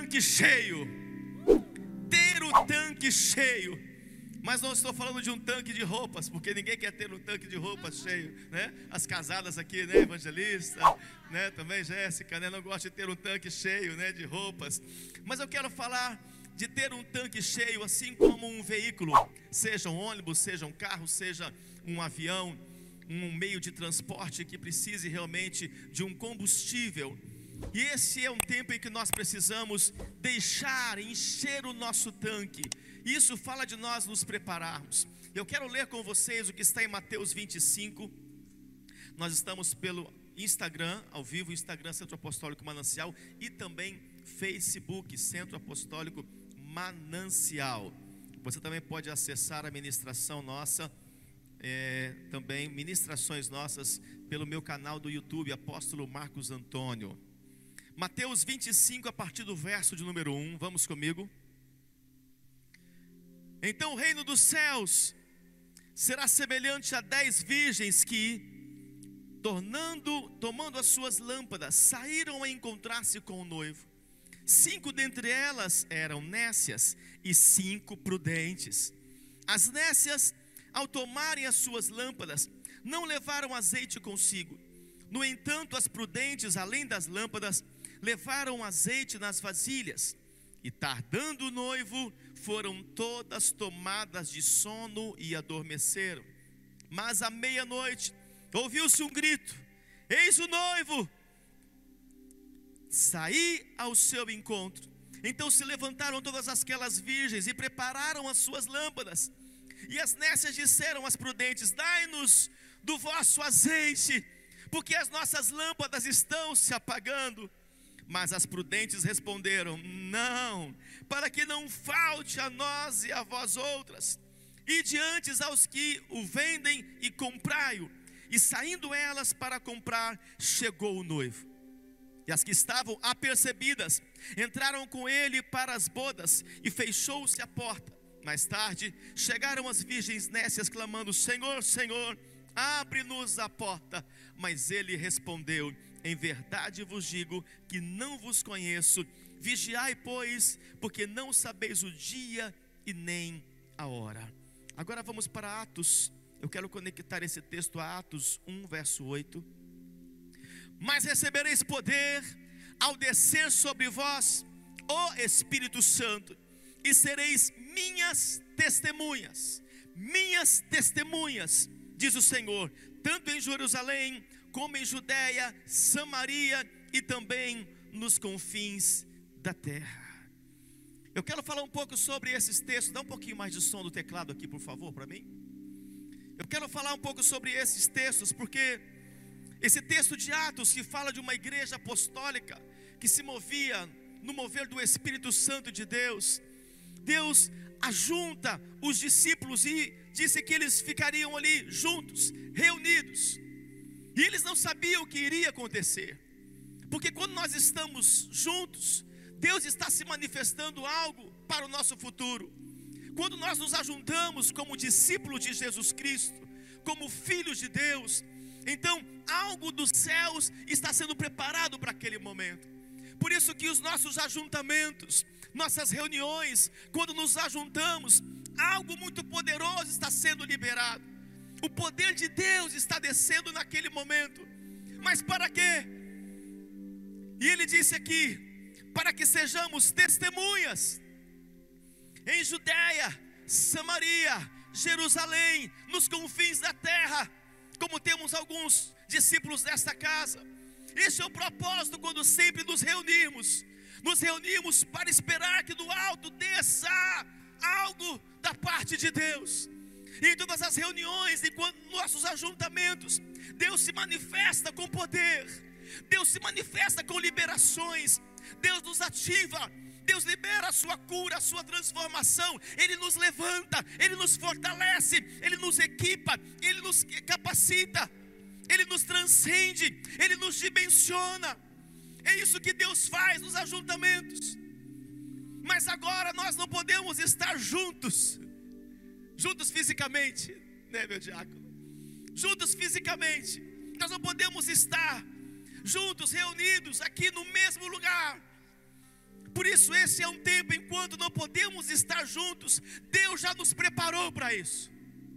tanque cheio. Ter o tanque cheio. Mas não estou falando de um tanque de roupas, porque ninguém quer ter um tanque de roupas cheio, né? As casadas aqui, né? Evangelista, né? Também Jéssica, né? Não gosta de ter um tanque cheio, né? De roupas. Mas eu quero falar de ter um tanque cheio, assim como um veículo, seja um ônibus, seja um carro, seja um avião, um meio de transporte que precise realmente de um combustível. E esse é um tempo em que nós precisamos deixar encher o nosso tanque. Isso fala de nós nos prepararmos. Eu quero ler com vocês o que está em Mateus 25. Nós estamos pelo Instagram, ao vivo, Instagram Centro Apostólico Manancial, e também Facebook Centro Apostólico Manancial. Você também pode acessar a ministração nossa, também ministrações nossas pelo meu canal do YouTube, Apóstolo Marcos Antônio. Mateus 25, a partir do verso de número 1, vamos comigo. Então o reino dos céus será semelhante a 10 virgens que, tomando as suas lâmpadas, saíram a encontrar-se com o noivo. 5 dentre elas eram nécias e 5 prudentes. As nécias, ao tomarem as suas lâmpadas, não levaram azeite consigo. No entanto, as prudentes, além das lâmpadas, levaram azeite nas vasilhas. E tardando o noivo, foram todas tomadas de sono e adormeceram. Mas à meia-noite ouviu-se um grito: eis o noivo! Saí ao seu encontro. Então se levantaram todas aquelas virgens e prepararam as suas lâmpadas. E as nécias disseram às prudentes: dai-nos do vosso azeite, porque as nossas lâmpadas estão se apagando. Mas as prudentes responderam: não, para que não falte a nós e a vós outras. Ide antes aos que o vendem e comprai-o. E saindo elas para comprar, chegou o noivo. E as que estavam apercebidas entraram com ele para as bodas, e fechou-se a porta. Mais tarde chegaram as virgens nécias clamando: Senhor, Senhor, abre-nos a porta. Mas ele respondeu: em verdade vos digo que não vos conheço. Vigiai, pois, porque não sabeis o dia e nem a hora. Agora vamos para Atos. Eu quero conectar esse texto a Atos 1, verso 8. Mas recebereis poder ao descer sobre vós o Espírito Santo, e sereis minhas testemunhas, diz o Senhor, tanto em Jerusalém, como em Judeia, Samaria e também nos confins da terra. Eu quero falar um pouco sobre esses textos. Dá um pouquinho mais de som do teclado aqui, por favor, para mim. Eu quero falar um pouco sobre esses textos, porque esse texto de Atos, que fala de uma igreja apostólica que se movia no mover do Espírito Santo de Deus. Deus ajunta os discípulos e disse que eles ficariam ali juntos, reunidos. E eles não sabiam o que iria acontecer, porque quando nós estamos juntos, Deus está se manifestando algo para o nosso futuro. Quando nós nos ajuntamos como discípulos de Jesus Cristo, como filhos de Deus, então algo dos céus está sendo preparado para aquele momento. Por isso que os nossos ajuntamentos, nossas reuniões, quando nos ajuntamos, algo muito poderoso está sendo liberado. O poder de Deus está descendo naquele momento. Mas para quê? E ele disse aqui: para que sejamos testemunhas em Judeia, Samaria, Jerusalém, nos confins da terra, como temos alguns discípulos desta casa. Esse é o propósito quando sempre nos reunimos. Nos reunimos para esperar que do alto desça algo da parte de Deus. E em todas as reuniões, enquanto nossos ajuntamentos, Deus se manifesta com poder, Deus se manifesta com liberações, Deus nos ativa, Deus libera a sua cura, a sua transformação. Ele nos levanta, Ele nos fortalece, Ele nos equipa, Ele nos capacita, Ele nos transcende, Ele nos dimensiona. É isso que Deus faz nos ajuntamentos. Mas agora nós não podemos estar juntos fisicamente, né, meu diácono? Juntos fisicamente. Nós não podemos estar juntos, reunidos aqui no mesmo lugar. Por isso esse é um tempo enquanto não podemos estar juntos. Deus já nos preparou para isso.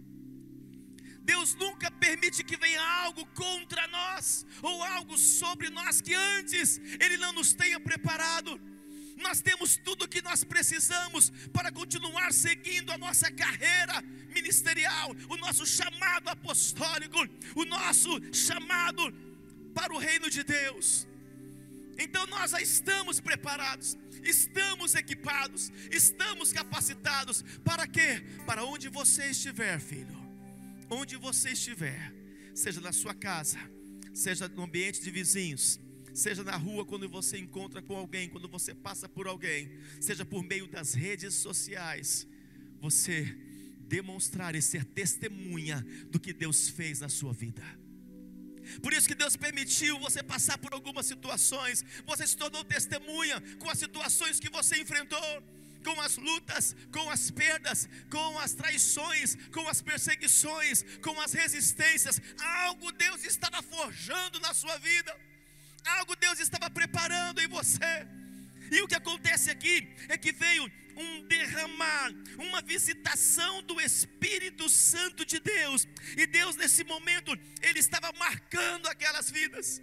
Deus nunca permite que venha algo contra nós, ou algo sobre nós que antes Ele não nos tenha preparado. Nós temos tudo o que nós precisamos para continuar seguindo a nossa carreira ministerial, o nosso chamado apostólico, o nosso chamado para o reino de Deus. Então nós já estamos preparados, estamos equipados, estamos capacitados. Para quê? Para onde você estiver, filho, onde você estiver, seja na sua casa, seja no ambiente de vizinhos, seja na rua quando você encontra com alguém, quando você passa por alguém, seja por meio das redes sociais, você demonstrar e ser testemunha do que Deus fez na sua vida. Por isso que Deus permitiu você passar por algumas situações. Você se tornou testemunha com as situações que você enfrentou, com as lutas, com as perdas, com as traições, com as perseguições, com as resistências. Algo Deus estava forjando na sua vida, algo Deus estava preparando em você. E o que acontece aqui é que veio um derramar, uma visitação do Espírito Santo de Deus. E Deus nesse momento, Ele estava marcando aquelas vidas.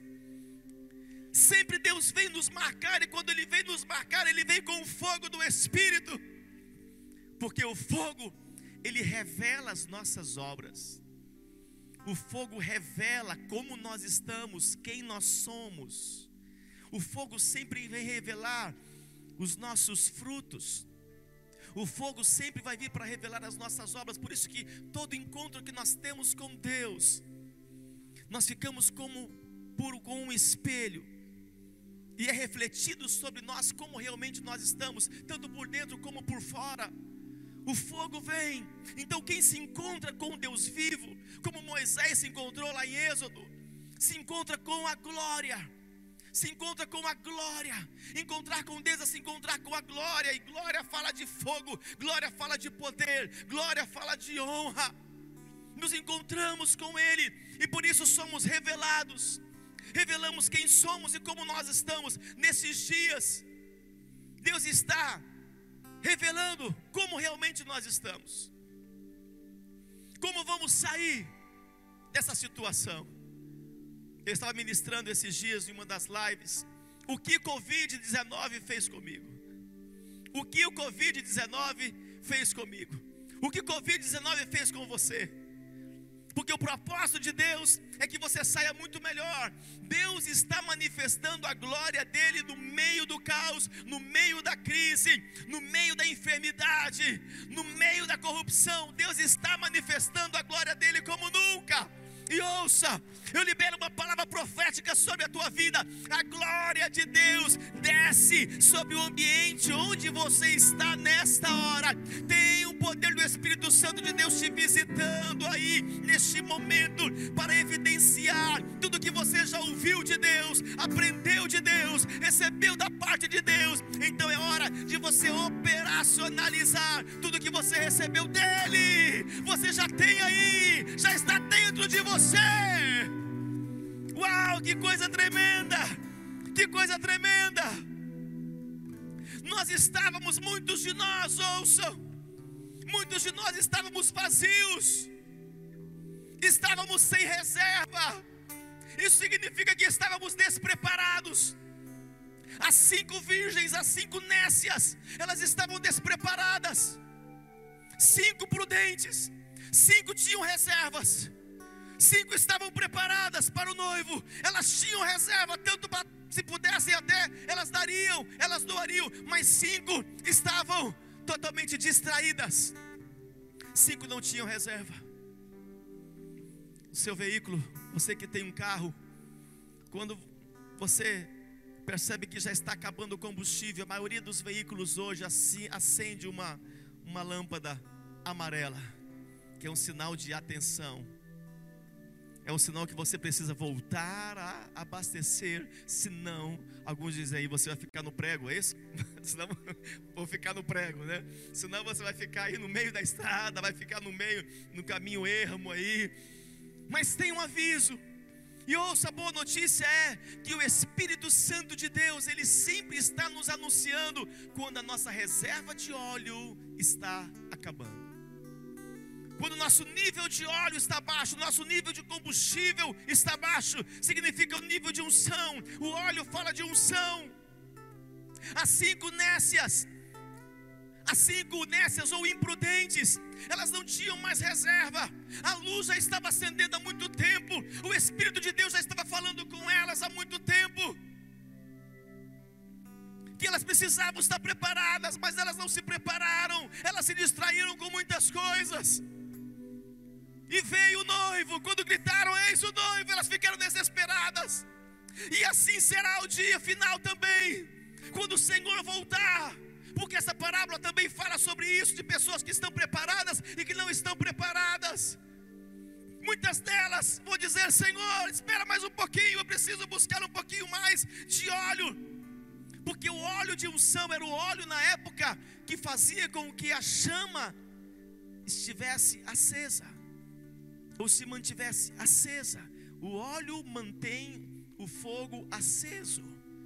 Sempre Deus vem nos marcar, e quando Ele vem nos marcar, Ele vem com o fogo do Espírito. Porque o fogo, ele revela as nossas obras. O fogo revela como nós estamos, quem nós somos. O fogo sempre vem revelar os nossos frutos. O fogo sempre vai vir para revelar as nossas obras. Por isso que todo encontro que nós temos com Deus, nós ficamos com um espelho, e é refletido sobre nós como realmente nós estamos, tanto por dentro como por fora. O fogo vem. Então quem se encontra com Deus vivo, como Moisés se encontrou lá em Êxodo, se encontra com a glória. Se encontra com a glória. Encontrar com Deus é se encontrar com a glória. E glória fala de fogo, glória fala de poder, glória fala de honra. Nos encontramos com Ele, e por isso somos revelados. Revelamos quem somos e como nós estamos. Nesses dias, Deus está revelando como realmente nós estamos. Como vamos sair dessa situação? Eu estava ministrando esses dias em uma das lives o que Covid-19 fez comigo. O que o Covid-19 fez comigo. O que Covid-19 fez com você. Porque o propósito de Deus é que você saia muito melhor. Deus está manifestando a glória dele no meio do caos, no meio da crise, no meio da enfermidade, no meio da corrupção. Deus está manifestando a glória dele como nunca. E ouça, eu libero uma palavra profética sobre a tua vida. A glória de Deus desce sobre o ambiente onde você está nesta hora. Tem o poder do Espírito Santo de Deus te visitando aí neste momento, para evidenciar tudo que você já ouviu de Deus, aprendeu de Deus, recebeu da parte de Deus. Então é hora de você operacionalizar tudo que você recebeu dele. Você já tem aí, já está dentro de você. Uau, que coisa tremenda! Que coisa tremenda! Nós estávamos, muitos de nós, ouçam, muitos de nós estávamos vazios, estávamos sem reserva. Isso significa que estávamos despreparados. As 5 virgens, as 5 nécias, elas estavam despreparadas. 5 prudentes, 5 tinham reservas, 5 estavam preparadas para o noivo. Elas tinham reserva, tanto para, se pudessem até, elas dariam, elas doariam. Mas 5 estavam totalmente distraídas. 5 não tinham reserva. O seu veículo, você que tem um carro, quando você percebe que já está acabando o combustível, a maioria dos veículos hoje acende uma lâmpada amarela, que é um sinal de atenção. É um sinal que você precisa voltar a abastecer. Senão, alguns dizem aí, você vai ficar no prego, é isso? Senão, vou ficar no prego, né? Senão você vai ficar aí no meio da estrada, vai ficar no caminho ermo aí. Mas tem um aviso. E ouça, a boa notícia é que o Espírito Santo de Deus, ele sempre está nos anunciando quando a nossa reserva de óleo está acabando. Quando o nosso nível de óleo está baixo, o nosso nível de combustível está baixo, significa o nível de unção. O óleo fala de unção. As cinco nécias ou imprudentes, elas não tinham mais reserva. A luz já estava acendendo há muito tempo. O Espírito de Deus já estava falando com elas há muito tempo, que elas precisavam estar preparadas, mas elas não se prepararam. Elas se distraíram com muitas coisas. E veio o noivo. Quando gritaram, eis o noivo, elas ficaram desesperadas. E assim será o dia final também, quando o Senhor voltar. Porque essa parábola também fala sobre isso, de pessoas que estão preparadas e que não estão preparadas. Muitas delas vão dizer: Senhor, espera mais um pouquinho, eu preciso buscar um pouquinho mais de óleo. Porque o óleo de unção era o óleo na época que fazia com que a chama estivesse acesa, ou se mantivesse acesa. O óleo mantém o fogo aceso.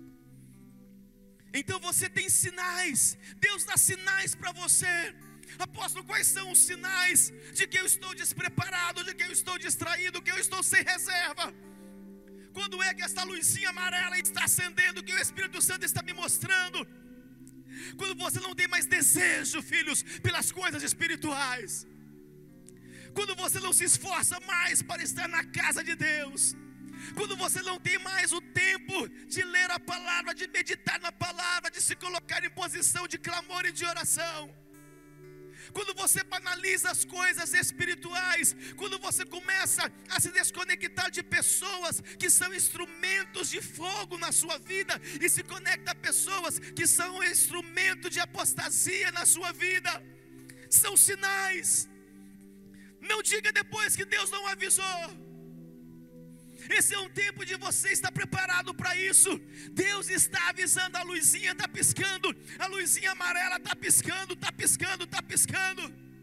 Então você tem sinais. Deus dá sinais para você. Apóstolo, quais são os sinais de que eu estou despreparado, de que eu estou distraído, que eu estou sem reserva? Quando é que esta luzinha amarela está acendendo, que o Espírito Santo está me mostrando? Quando você não tem mais desejo, filhos, pelas coisas espirituais. Quando você não se esforça mais para estar na casa de Deus. Quando você não tem mais o tempo de ler a palavra, de meditar na palavra, de se colocar em posição de clamor e de oração. Quando você banaliza as coisas espirituais. Quando você começa a se desconectar de pessoas que são instrumentos de fogo na sua vida, e se conecta a pessoas que são instrumento de apostasia na sua vida. São sinais. Não diga depois que Deus não avisou. Esse é um tempo de você estar preparado para isso. Deus está avisando, a luzinha está piscando, a luzinha amarela está piscando, está piscando, está piscando.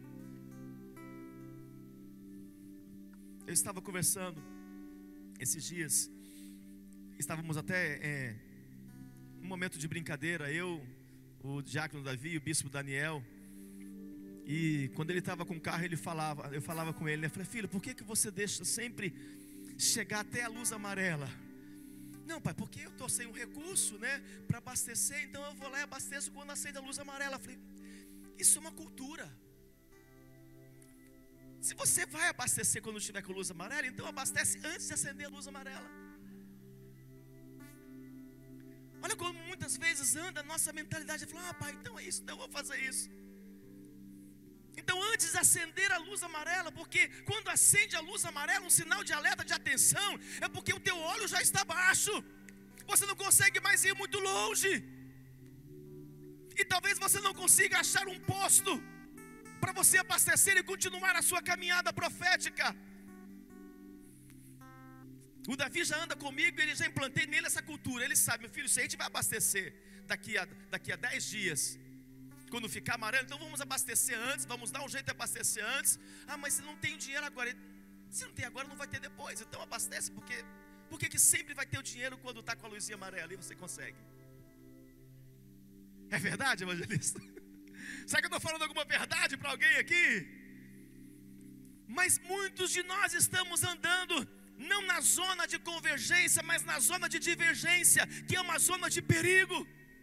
Eu estava conversando esses dias, estávamos até um momento de brincadeira, eu, o diácono Davi e o bispo Daniel. E quando ele estava com o carro, eu falava com ele, né? Eu falei: filho, por que você deixa sempre chegar até a luz amarela? Não, pai, porque eu estou sem um recurso, né, para abastecer, então eu vou lá e abasteço quando acende a luz amarela. Eu falei: isso é uma cultura. Se você vai abastecer quando estiver com luz amarela, então abastece antes de acender a luz amarela. Olha como muitas vezes anda a nossa mentalidade. Fala: ah, pai, então é isso, então eu vou fazer isso. Então antes de acender a luz amarela, porque quando acende a luz amarela, um sinal de alerta, de atenção, é porque o teu óleo já está baixo. Você não consegue mais ir muito longe. E talvez você não consiga achar um posto para você abastecer e continuar a sua caminhada profética. O Davi já anda comigo, ele já implantei nele essa cultura. Ele sabe: meu filho, se a gente vai abastecer daqui a 10 dias, quando ficar amarelo, então vamos abastecer antes, vamos dar um jeito de abastecer antes. Ah, mas se não tem dinheiro agora. Se não tem agora, não vai ter depois. Então abastece, porque que sempre vai ter o dinheiro quando está com a luzinha amarela e você consegue. É verdade, evangelista? Será que eu estou falando alguma verdade para alguém aqui? Mas muitos de nós estamos andando não na zona de convergência, mas na zona de divergência, que é uma zona de perigo.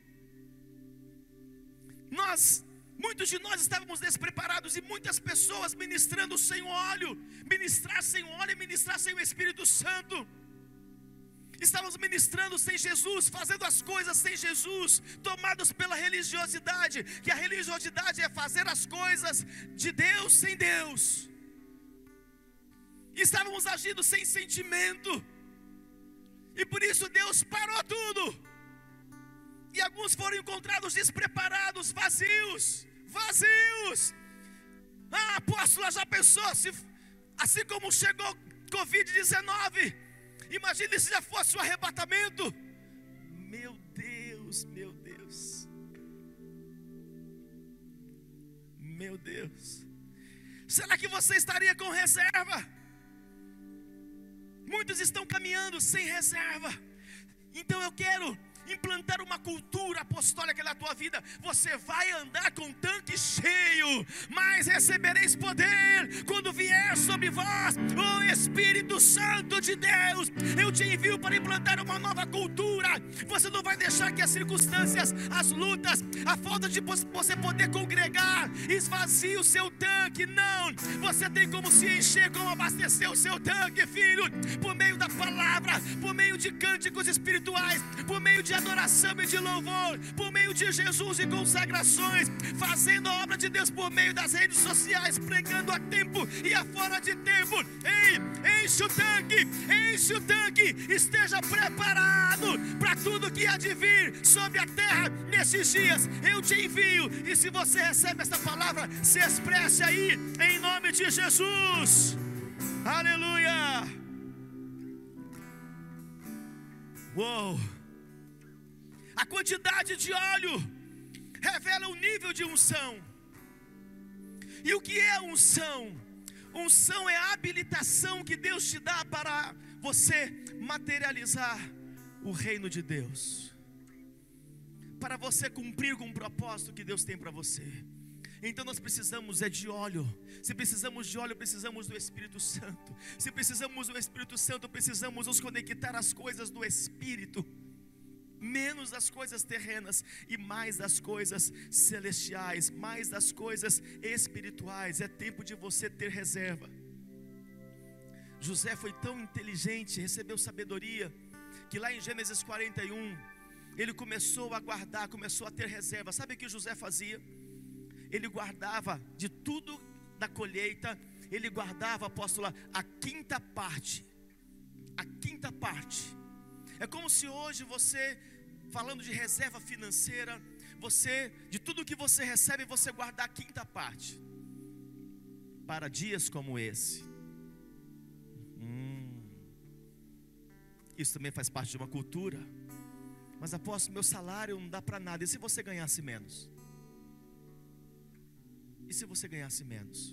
Muitos de nós estávamos despreparados, e muitas pessoas ministrando sem óleo. Ministrar sem óleo e ministrar sem o Espírito Santo. Estávamos ministrando sem Jesus, fazendo as coisas sem Jesus, tomados pela religiosidade, que a religiosidade é fazer as coisas de Deus sem Deus. Estávamos agindo sem sentimento, e por isso Deus parou tudo. E alguns foram encontrados despreparados, vazios. Ah, apóstola, já pensou se assim como chegou Covid-19, imagine se já fosse o arrebatamento. Meu Deus, meu Deus, meu Deus. Será que você estaria com reserva? Muitos estão caminhando sem reserva. Então eu quero implantar uma cultura apostólica na tua vida. Você vai andar com o tanque cheio, mas recebereis poder quando vier sobre vós o Espírito Santo de Deus. Eu te envio para implantar uma nova cultura. Você não vai deixar que as circunstâncias, as lutas, a falta de você poder congregar esvazie o seu tanque. Não, você tem como se encher, como abastecer o seu tanque, filho, por meio da palavra, por meio de cânticos espirituais, por meio de adoração e de louvor, por meio de Jesus e consagrações, fazendo a obra de Deus por meio das redes sociais, pregando a tempo e a fora de tempo. Ei, enche o tanque, esteja preparado para tudo que há de vir sobre a terra nesses dias. Eu te envio, e se você recebe esta palavra, se expresse aí, em nome de Jesus. Aleluia. Uou. A quantidade de óleo revela o nível de unção. E o que é unção? Unção é a habilitação que Deus te dá para você materializar o reino de Deus, para você cumprir com o propósito que Deus tem para você. Então nós precisamos de óleo. Se precisamos de óleo, precisamos do Espírito Santo. Se precisamos do Espírito Santo, precisamos nos conectar às coisas do Espírito, menos das coisas terrenas e mais das coisas celestiais, mais das coisas espirituais. É tempo de você ter reserva. José foi tão inteligente, recebeu sabedoria, que lá em Gênesis 41, ele começou a guardar, começou a ter reserva. Sabe o que José fazia? Ele guardava de tudo da colheita, ele guardava, apóstola, a quinta parte. A quinta parte. É como se hoje você, falando de reserva financeira, você, de tudo que você recebe, você guardar a quinta parte para dias como esse. Isso também faz parte de uma cultura. Mas apóstolo, meu salário não dá para nada. E se você ganhasse menos? E se você ganhasse menos?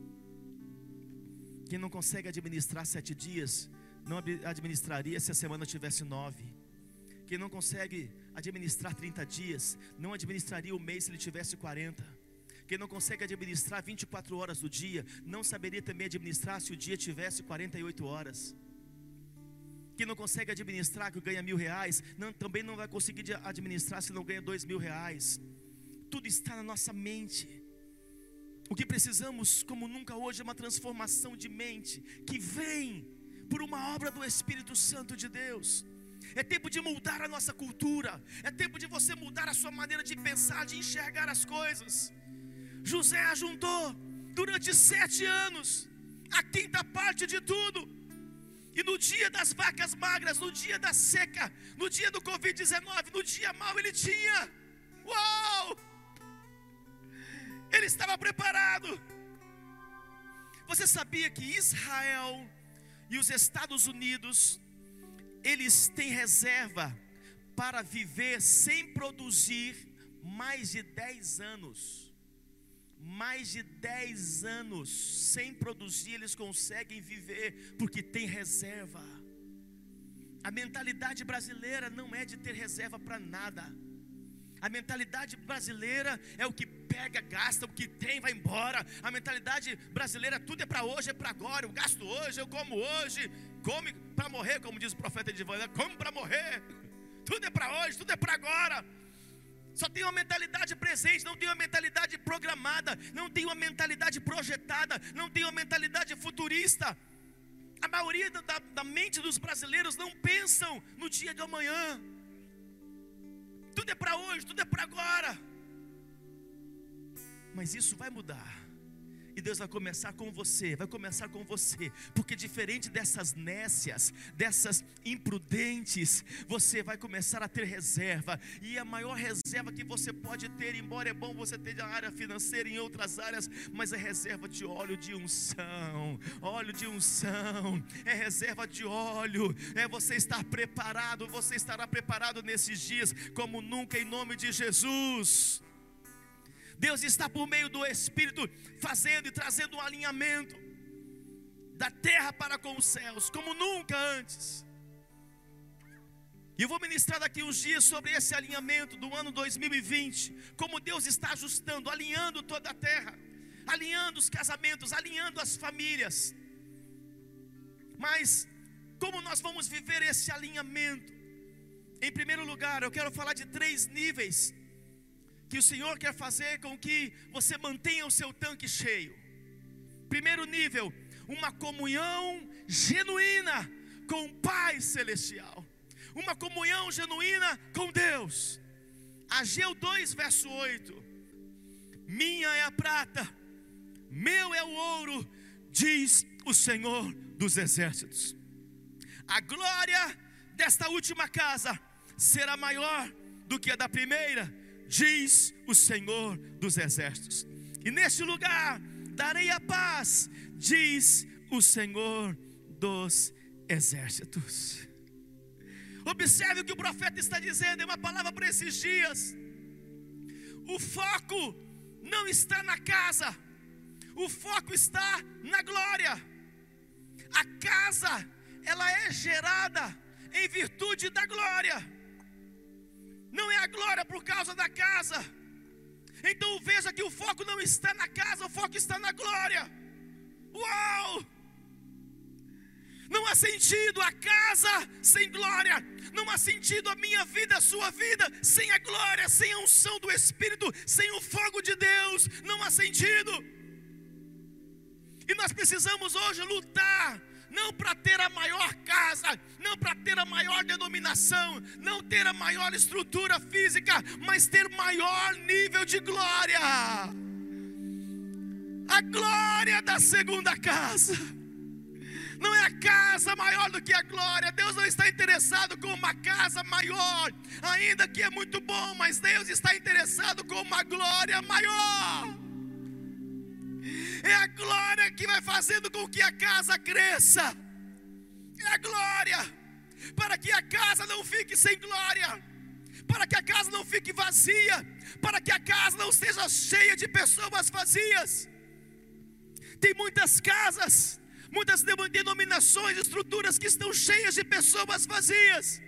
Quem não consegue administrar 7 dias, não administraria se a semana tivesse 9. Quem não consegue administrar 30 dias, não administraria o mês se ele tivesse 40. Quem não consegue administrar 24 horas do dia, não saberia também administrar se o dia tivesse 48 horas. Quem não consegue administrar que ganha R$1.000, também não vai conseguir administrar se não ganha R$2.000. Tudo está na nossa mente. O que precisamos, como nunca hoje, é uma transformação de mente, que vem por uma obra do Espírito Santo de Deus. É tempo de mudar a nossa cultura. É tempo de você mudar a sua maneira de pensar, de enxergar as coisas. José ajuntou durante 7 anos a quinta parte de tudo. E no dia das vacas magras, no dia da seca, no dia do Covid-19, no dia mau, ele tinha. Uau! Ele estava preparado. Você sabia que Israel e os Estados Unidos, eles têm reserva para viver sem produzir mais de 10 anos. Mais de 10 anos sem produzir eles conseguem viver, porque tem reserva. A mentalidade brasileira não é de ter reserva para nada. A mentalidade brasileira é o que pega, gasta, o que tem, vai embora. A mentalidade brasileira, tudo é para hoje, é para agora. Eu gasto hoje, eu como hoje. Come para morrer, como diz o profeta Edivaldo, come para morrer. Tudo é para hoje, tudo é para agora. Só tem uma mentalidade presente, não tem uma mentalidade programada, não tem uma mentalidade projetada, não tem uma mentalidade futurista. A maioria da mente dos brasileiros não pensam no dia de amanhã. Tudo é para hoje, tudo é para agora. Mas isso vai mudar. E Deus vai começar com você, porque diferente dessas nécias, dessas imprudentes, você vai começar a ter reserva. E a maior reserva que você pode ter, embora é bom você ter na área financeira, em outras áreas, mas é reserva de óleo de unção. Óleo de unção, é reserva de óleo, é você estar preparado. Você estará preparado nesses dias como nunca, em nome de Jesus. Deus está por meio do Espírito fazendo e trazendo um alinhamento. da terra para com os céus, como nunca antes. E eu vou ministrar daqui uns dias sobre esse alinhamento do ano 2020, como Deus está ajustando, alinhando toda a terra, alinhando os casamentos, alinhando as famílias. Mas como nós vamos viver esse alinhamento? Em primeiro lugar, eu quero falar de 3 níveis que o Senhor quer fazer com que você mantenha o seu tanque cheio. Primeiro nível, uma comunhão genuína com o Pai Celestial, uma comunhão genuína com Deus. Ageu 2, verso 8: minha é a prata, meu é o ouro, diz o Senhor dos exércitos. A glória desta última casa será maior do que a da primeira, diz o Senhor dos exércitos. E neste lugar darei a paz, diz o Senhor dos exércitos. Observe o que o profeta está dizendo, é uma palavra para esses dias. O foco não está na casa, o foco está na glória. A casa, ela é gerada em virtude da glória, não é a glória por causa da casa. Então veja que o foco não está na casa, o foco está na glória. Uau! Não há sentido a casa sem glória, não há sentido a minha vida, a sua vida sem a glória, sem a unção do Espírito, sem o fogo de Deus, não há sentido. E nós precisamos hoje lutar, não para ter a maior casa, não para ter a maior denominação, não ter a maior estrutura física, mas ter maior nível de glória. A glória da segunda casa. Não é a casa maior do que a glória. Deus não está interessado com uma casa maior, ainda que é muito bom, mas Deus está interessado com uma glória maior. É a glória que vai fazendo com que a casa cresça. É a glória, para que a casa não fique sem glória, para que a casa não fique vazia, para que a casa não esteja cheia de pessoas vazias. Tem muitas casas, muitas denominações, estruturas que estão cheias de pessoas vazias.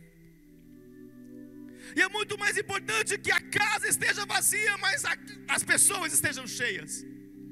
E é muito mais importante que a casa esteja vazia, mas as pessoas estejam cheias.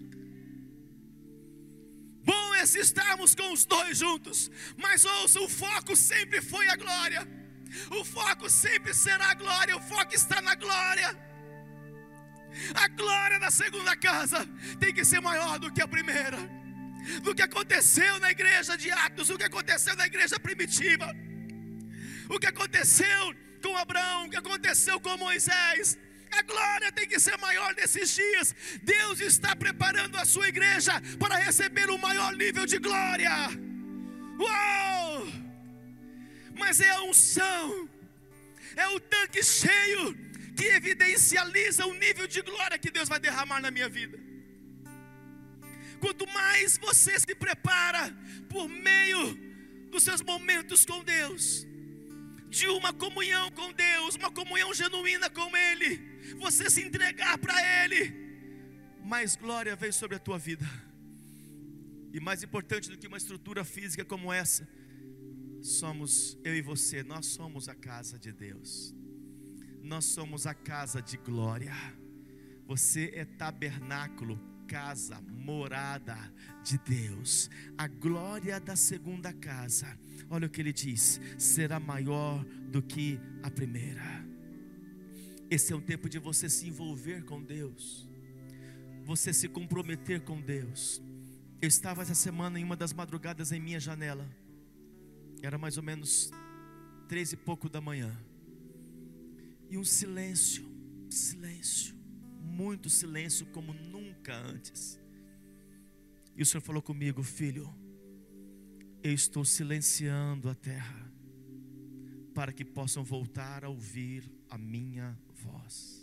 Bom é se estarmos com os dois juntos, mas ouça, o foco sempre foi a glória. O foco sempre será a glória, o foco está na glória. A glória da segunda casa tem que ser maior do que a primeira, do que aconteceu na igreja de Atos, o que aconteceu na igreja primitiva, o que aconteceu com Abraão, o que aconteceu com Moisés. A glória tem que ser maior nesses dias. Deus está preparando a sua igreja para receber um maior nível de glória. Uau! Mas é a unção, é o tanque cheio que evidencializa o nível de glória que Deus vai derramar na minha vida. Quanto mais você se prepara por meio dos seus momentos com Deus, de uma comunhão com Deus, uma comunhão genuína com Ele, você se entregar para Ele, mais glória vem sobre a tua vida. E mais importante do que uma estrutura física como essa, somos eu e você, nós somos a casa de Deus, nós somos a casa de glória. Você é tabernáculo, casa, morada de Deus. A glória da segunda casa, olha o que ele diz, será maior do que a primeira. Esse é um tempo de você se envolver com Deus, você se comprometer com Deus. Eu estava essa semana em uma das madrugadas em minha janela, era mais ou menos 3 e pouco da manhã, e um silêncio, muito silêncio como nunca antes. E o Senhor falou comigo: filho, eu estou silenciando a terra para que possam voltar a ouvir a minha voz.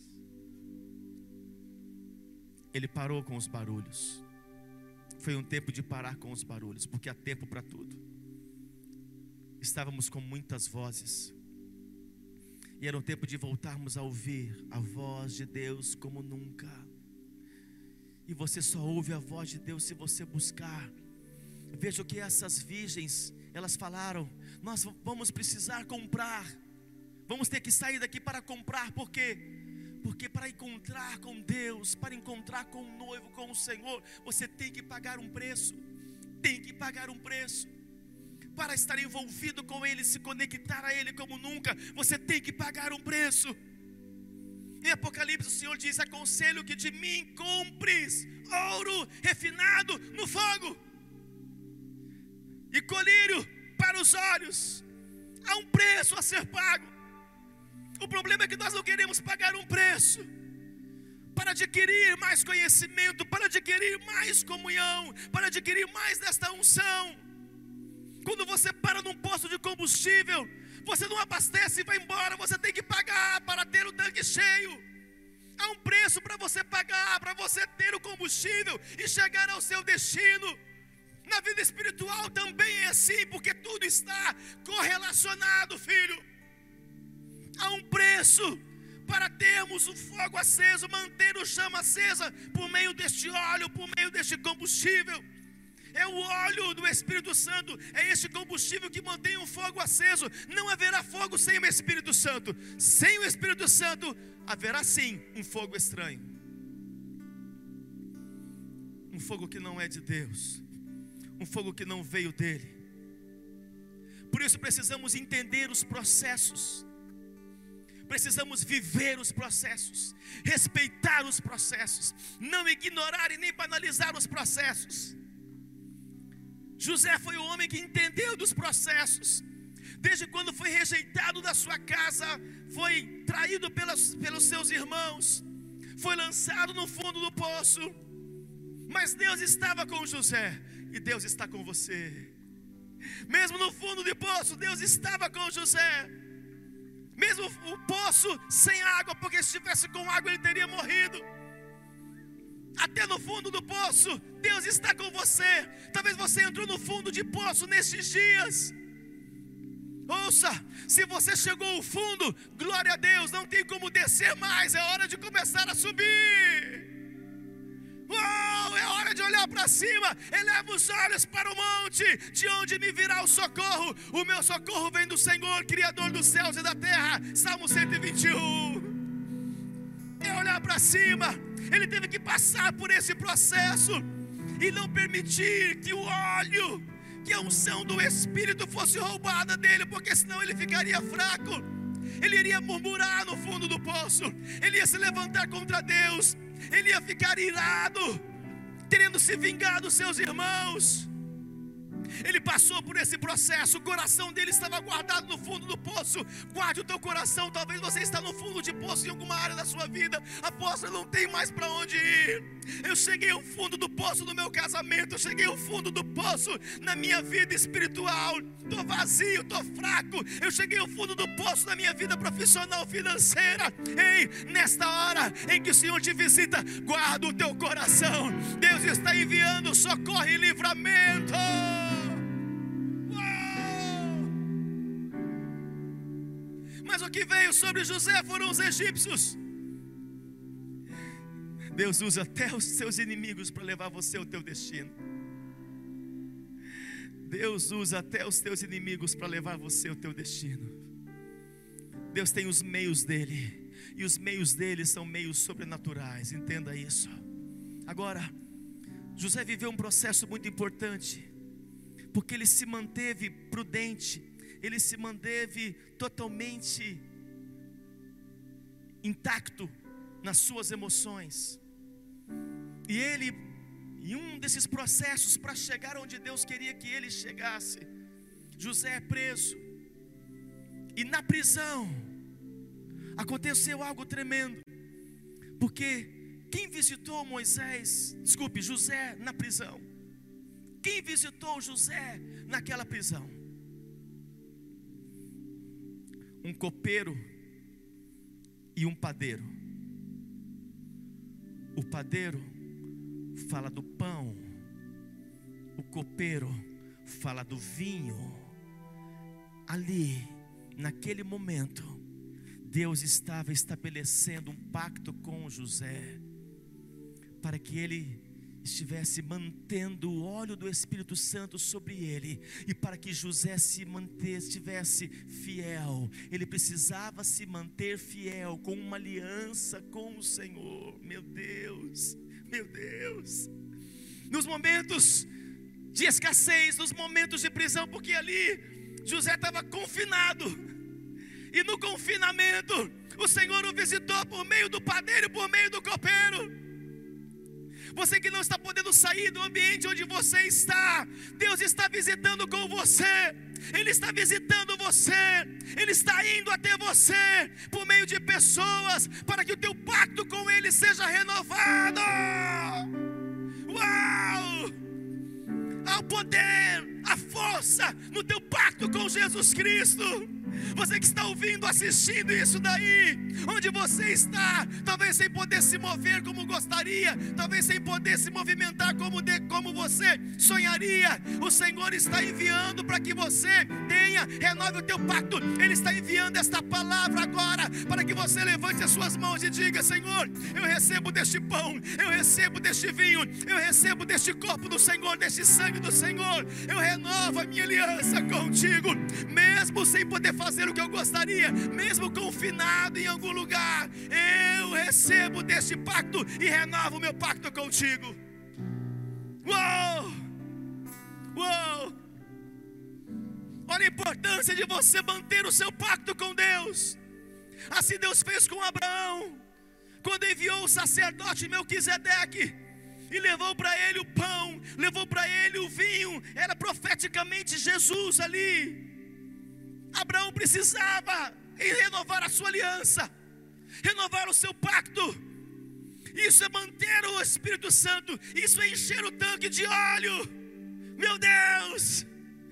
Ele parou com os barulhos. Foi um tempo de parar com os barulhos, porque há tempo para tudo. Estávamos com muitas vozes, e era um tempo de voltarmos a ouvir a voz de Deus como nunca. E você só ouve a voz de Deus se você buscar Veja o que essas virgens, elas falaram: nós vamos precisar comprar, vamos ter que sair daqui para comprar. Por quê? Porque para encontrar com Deus, para encontrar com o noivo, com o Senhor, você tem que pagar um preço. Tem que pagar um preço. Para estar envolvido com Ele, se conectar a Ele como nunca, você tem que pagar um preço. Em Apocalipse o Senhor diz: aconselho que de mim compres ouro refinado no fogo e colírio para os olhos. Há um preço a ser pago. O problema é que nós não queremos pagar um preço para adquirir mais conhecimento, para adquirir mais comunhão, para adquirir mais desta unção. Quando você para num posto de combustível, você não abastece e vai embora, você tem que pagar para ter o tanque cheio. Há um preço para você pagar, para você ter o combustível e chegar ao seu destino. Na vida espiritual também é assim, porque tudo está correlacionado, filho. Há um preço para termos o fogo aceso, manter o chama acesa por meio deste óleo, por meio deste combustível. É o óleo do Espírito Santo, é este combustível que mantém o fogo aceso. Não haverá fogo sem o Espírito Santo. Sem o Espírito Santo, haverá sim um fogo estranho, um fogo que não é de Deus, um fogo que não veio dele. Por isso precisamos entender os processos, precisamos viver os processos, respeitar os processos, não ignorar e nem banalizar os processos. José foi o homem que entendeu dos processos. Desde quando foi rejeitado da sua casa, foi traído pelos seus irmãos, foi lançado no fundo do poço, mas Deus estava com José, e Deus está com você. Mesmo no fundo do poço, Deus estava com José. Mesmo o poço sem água, porque se estivesse com água ele teria morrido. Até no fundo do poço, Deus está com você. Talvez você entrou no fundo de poço nesses dias. Ouça, se você chegou ao fundo, glória a Deus, não tem como descer mais, é hora de começar a subir. Uou, é hora de olhar para cima. Eleva os olhos para o monte, de onde me virá o socorro. O meu socorro vem do Senhor, Criador dos céus e da terra. Salmo 121. É olhar para cima. Ele teve que passar por esse processo e não permitir que o óleo, que a unção do Espírito fosse roubada dele, porque senão ele ficaria fraco. Ele iria murmurar no fundo do poço, ele ia se levantar contra Deus, ele ia ficar irado, querendo se vingar dos seus irmãos. Ele passou por esse processo, o coração dele estava guardado no fundo do poço. Guarde o teu coração, talvez você está no fundo de poço em alguma área da sua vida. Apóstolo, eu não tenho mais para onde ir. Eu cheguei ao fundo do poço no meu casamento, eu cheguei ao fundo do poço na minha vida espiritual. Estou vazio, estou fraco. Eu cheguei ao fundo do poço na minha vida profissional, financeira. Ei, nesta hora em que o Senhor te visita, guarda o teu coração. Deus está enviando socorro e livramento. Mas o que veio sobre José foram os egípcios. Deus usa até os seus inimigos para levar você ao teu destino. Deus usa até os teus inimigos para levar você ao teu destino. Deus tem os meios dele, e os meios dele são meios sobrenaturais, entenda isso. Agora, José viveu um processo muito importante, porque ele se manteve prudente, ele se manteve totalmente intacto nas suas emoções. E ele, em um desses processos para chegar onde Deus queria que ele chegasse, José é preso. E na prisão aconteceu algo tremendo, porque quem visitou José na prisão? Quem visitou José naquela prisão? Um copeiro e um padeiro. O padeiro fala do pão, o copeiro fala do vinho. Ali, naquele momento, Deus estava estabelecendo um pacto com José, para que ele estivesse mantendo o óleo do Espírito Santo sobre ele, e para que José estivesse fiel, ele precisava se manter fiel, com uma aliança com o Senhor. Meu Deus, nos momentos de escassez, nos momentos de prisão, porque ali José estava confinado, e no confinamento o Senhor o visitou por meio do padeiro, por meio do copeiro. Você que não está podendo sair do ambiente onde você está, Deus está visitando com você. Ele está visitando você, Ele está indo até você por meio de pessoas, para que o teu pacto com Ele seja renovado. Uau! Há o poder, a força no teu pacto com Jesus Cristo. Você que está ouvindo, assistindo isso daí, onde você está, talvez sem poder se mover como gostaria, talvez sem poder se movimentar como você sonharia, o Senhor está enviando para que você renove o teu pacto. Ele está enviando esta palavra agora, para que você levante as suas mãos e diga: Senhor, eu recebo deste pão, eu recebo deste vinho, eu recebo deste corpo do Senhor, deste sangue do Senhor, eu renovo a minha aliança contigo, mesmo sem poder fazer o que eu gostaria, mesmo confinado em algum lugar, eu recebo deste pacto e renovo o meu pacto contigo. Uou! Olha a importância de você manter o seu pacto com Deus. Assim Deus fez com Abraão, quando enviou o sacerdote Melquisedeque e levou para ele o pão, levou para ele o vinho. Era profeticamente Jesus ali. Abraão precisava renovar a sua aliança, renovar o seu pacto. Isso é manter o Espírito Santo, isso é encher o tanque de óleo. Meu Deus!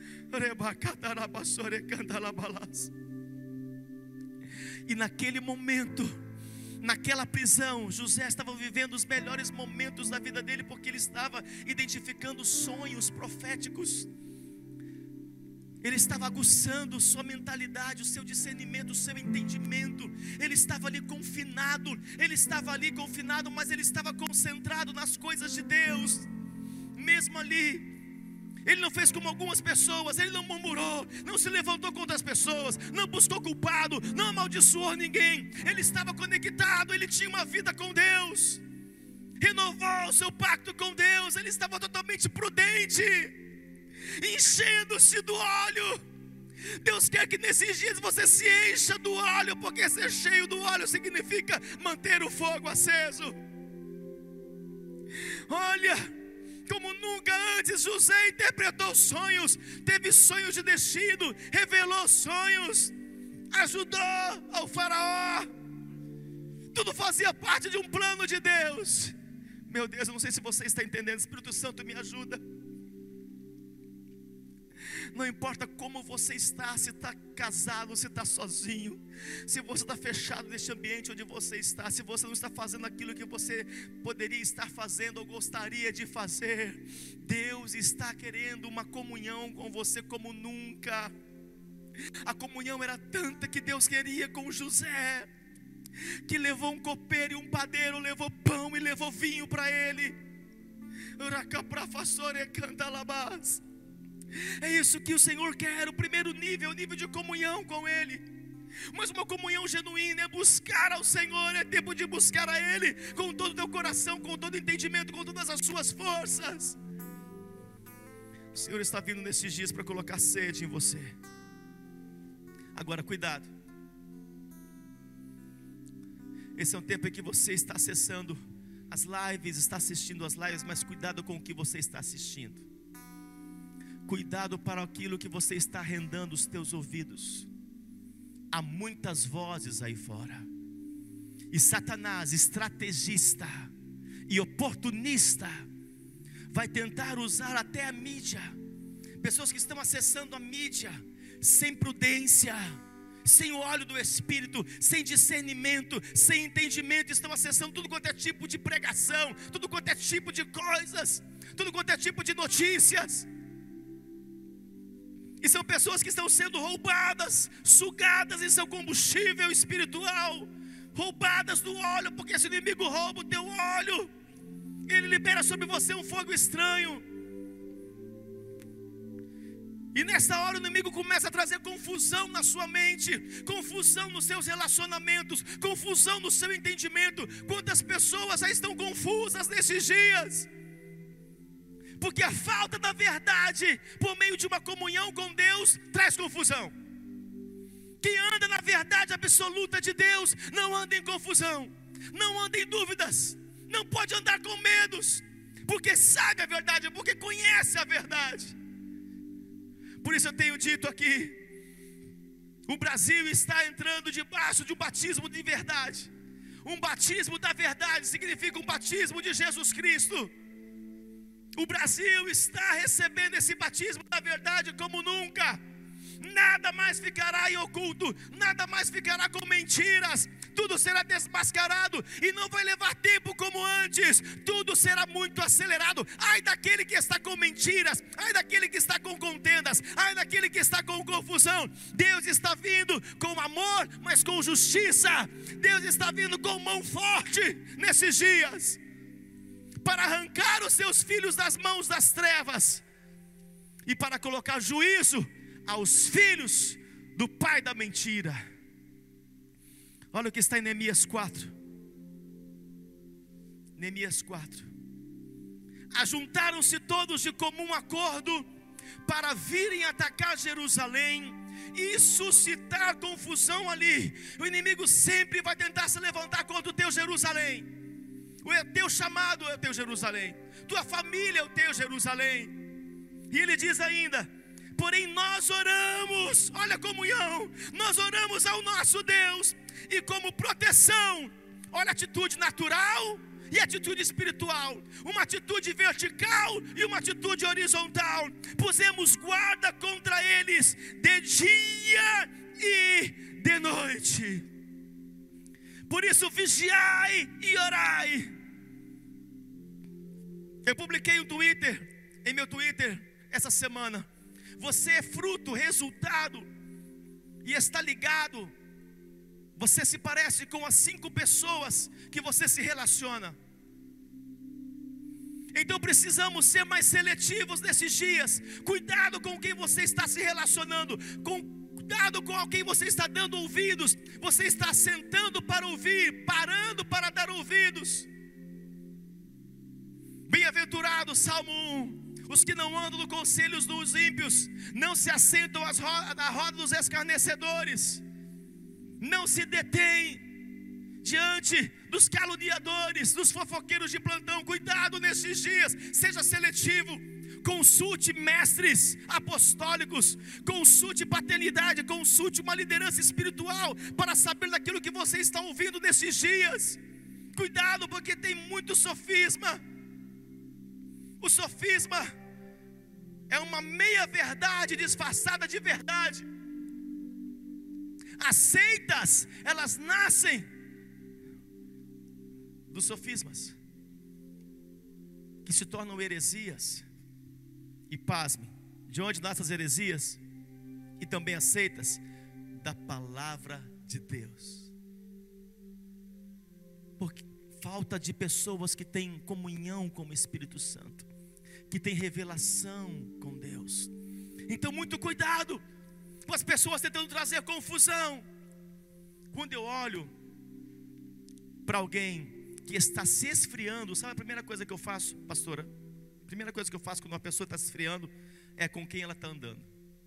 E naquele momento, naquela prisão, José estava vivendo os melhores momentos da vida dele, porque ele estava identificando sonhos proféticos. Ele estava aguçando sua mentalidade, o seu discernimento, o seu entendimento. Ele estava ali confinado, mas ele estava concentrado nas coisas de Deus. Mesmo ali, ele não fez como algumas pessoas, ele não murmurou, não se levantou contra as pessoas, não buscou culpado, não amaldiçoou ninguém. Ele estava conectado, ele tinha uma vida com Deus, renovou o seu pacto com Deus. Ele estava totalmente prudente, enchendo-se do óleo. Deus quer que nesses dias você se encha do óleo, porque ser cheio do óleo significa manter o fogo aceso. Olha, como nunca antes José interpretou sonhos, teve sonhos de destino, revelou sonhos, ajudou ao faraó. Tudo fazia parte de um plano de Deus. Meu Deus, eu não sei se você está entendendo. Espírito Santo, me ajuda. Não importa como você está, se está casado, se está sozinho, se você está fechado neste ambiente onde você está, se você não está fazendo aquilo que você poderia estar fazendo ou gostaria de fazer, Deus está querendo uma comunhão com você como nunca. A comunhão era tanta que Deus queria com José, que levou um copeiro e um padeiro, levou pão e levou vinho para ele. É isso que o Senhor quer. O primeiro nível é o nível de comunhão com Ele. Mas uma comunhão genuína é buscar ao Senhor. É tempo de buscar a Ele com todo o teu coração, com todo o entendimento, com todas as suas forças. O Senhor está vindo nesses dias para colocar sede em você. Agora, cuidado. Esse é um tempo em que você está acessando as lives, está assistindo as lives, mas cuidado com o que você está assistindo. Cuidado para aquilo que você está rendando os teus ouvidos. Há muitas vozes aí fora. E Satanás, estrategista e oportunista, vai tentar usar até a mídia. Pessoas que estão acessando a mídia sem prudência, sem o óleo do Espírito, sem discernimento, sem entendimento, estão acessando tudo quanto é tipo de pregação, tudo quanto é tipo de coisas, tudo quanto é tipo de notícias. E são pessoas que estão sendo roubadas, sugadas em seu combustível espiritual, roubadas do óleo, porque esse inimigo rouba o teu óleo. Ele libera sobre você um fogo estranho. E nessa hora o inimigo começa a trazer confusão na sua mente, confusão nos seus relacionamentos, confusão no seu entendimento. Quantas pessoas já estão confusas nesses dias? Porque a falta da verdade, por meio de uma comunhão com Deus, traz confusão. Quem anda na verdade absoluta de Deus, não anda em confusão, não anda em dúvidas, não pode andar com medos, porque sabe a verdade, porque conhece a verdade. Por isso eu tenho dito aqui, o Brasil está entrando debaixo de um batismo de verdade. Um batismo da verdade significa um batismo de Jesus Cristo. O Brasil está recebendo esse batismo da verdade como nunca. Nada mais ficará em oculto, nada mais ficará com mentiras. Tudo será desmascarado e não vai levar tempo como antes. Tudo será muito acelerado. Ai daquele que está com mentiras, ai daquele que está com contendas, ai daquele que está com confusão. Deus está vindo com amor, mas com justiça. Deus está vindo com mão forte nesses dias, para arrancar os seus filhos das mãos das trevas e para colocar juízo aos filhos do pai da mentira. Olha o que está em Neemias 4. Neemias 4. Ajuntaram-se todos de comum acordo para virem atacar Jerusalém e suscitar confusão ali. O inimigo sempre vai tentar se levantar contra o teu Jerusalém. O teu chamado é o teu Jerusalém, tua família é o teu Jerusalém. E ele diz ainda: porém nós oramos, olha a comunhão, nós oramos ao nosso Deus, e como proteção, olha a atitude natural e a atitude espiritual, uma atitude vertical e uma atitude horizontal, pusemos guarda contra eles de dia e de noite. Por isso vigiai e orai. Eu publiquei em meu Twitter essa semana: você é fruto, resultado, e está ligado. Você se parece com as 5 pessoas que você se relaciona. Então precisamos ser mais seletivos nesses dias. Cuidado com quem você está se relacionando, cuidado com quem você está dando ouvidos. Você está sentando para ouvir, parando para dar ouvidos. Bem-aventurado, Salmo 1: os que não andam no conselho dos ímpios, não se assentam na roda dos escarnecedores, não se detêm diante dos caluniadores, dos fofoqueiros de plantão. Cuidado nesses dias, seja seletivo. Consulte mestres apostólicos, consulte paternidade, consulte uma liderança espiritual para saber daquilo que você está ouvindo nesses dias. Cuidado, porque tem muito sofisma. O sofisma é uma meia verdade disfarçada de verdade. As seitas, elas nascem dos sofismas, que se tornam heresias. E pasme, de onde nascem as heresias e também as seitas? Da palavra de Deus. Porque falta de pessoas que têm comunhão com o Espírito Santo, que têm revelação com Deus. Então muito cuidado com as pessoas tentando trazer confusão. Quando eu olho para alguém que está se esfriando, sabe a primeira coisa que eu faço, pastora? A primeira coisa que eu faço quando uma pessoa está se esfriando é com quem ela está andando.